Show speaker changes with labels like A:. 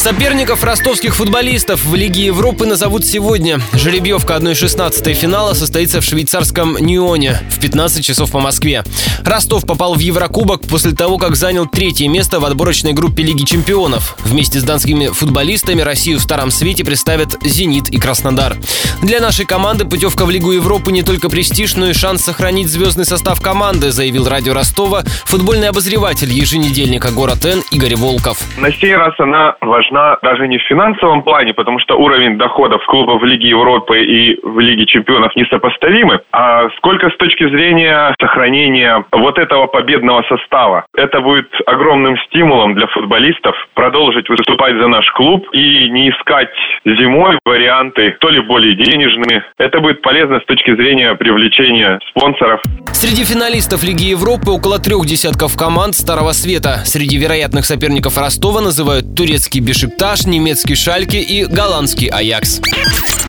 A: Соперников ростовских футболистов в Лиге Европы назовут сегодня. Жеребьевка 1/16 финала состоится в швейцарском Ньоне в 15 часов по Москве. Ростов попал в Еврокубок после того, как занял 3-е место в отборочной группе Лиги чемпионов. Вместе с донскими футболистами Россию в Старом Свете представят «Зенит» и «Краснодар». Для нашей команды путевка в Лигу Европы не только престиж, но и шанс сохранить звездный состав команды, заявил радио Ростова футбольный обозреватель еженедельника «Город Н» Игорь Волков.
B: На сей раз она важна даже не в финансовом плане, потому что уровень доходов клубов в Лиге Европы и в Лиге чемпионов несопоставимы, а сколько с точки зрения сохранения вот этого победного состава. Это будет огромным стимулом для футболистов продолжить выступать за наш клуб и не искать зимой варианты то ли более денежными. Это будет полезно с точки зрения привлечения спонсоров.
A: Среди финалистов Лиги Европы около 3 десятков команд Старого Света. Среди вероятных соперников Ростова называют турецкий Бешикташ, немецкий Шальке и голландский Аякс.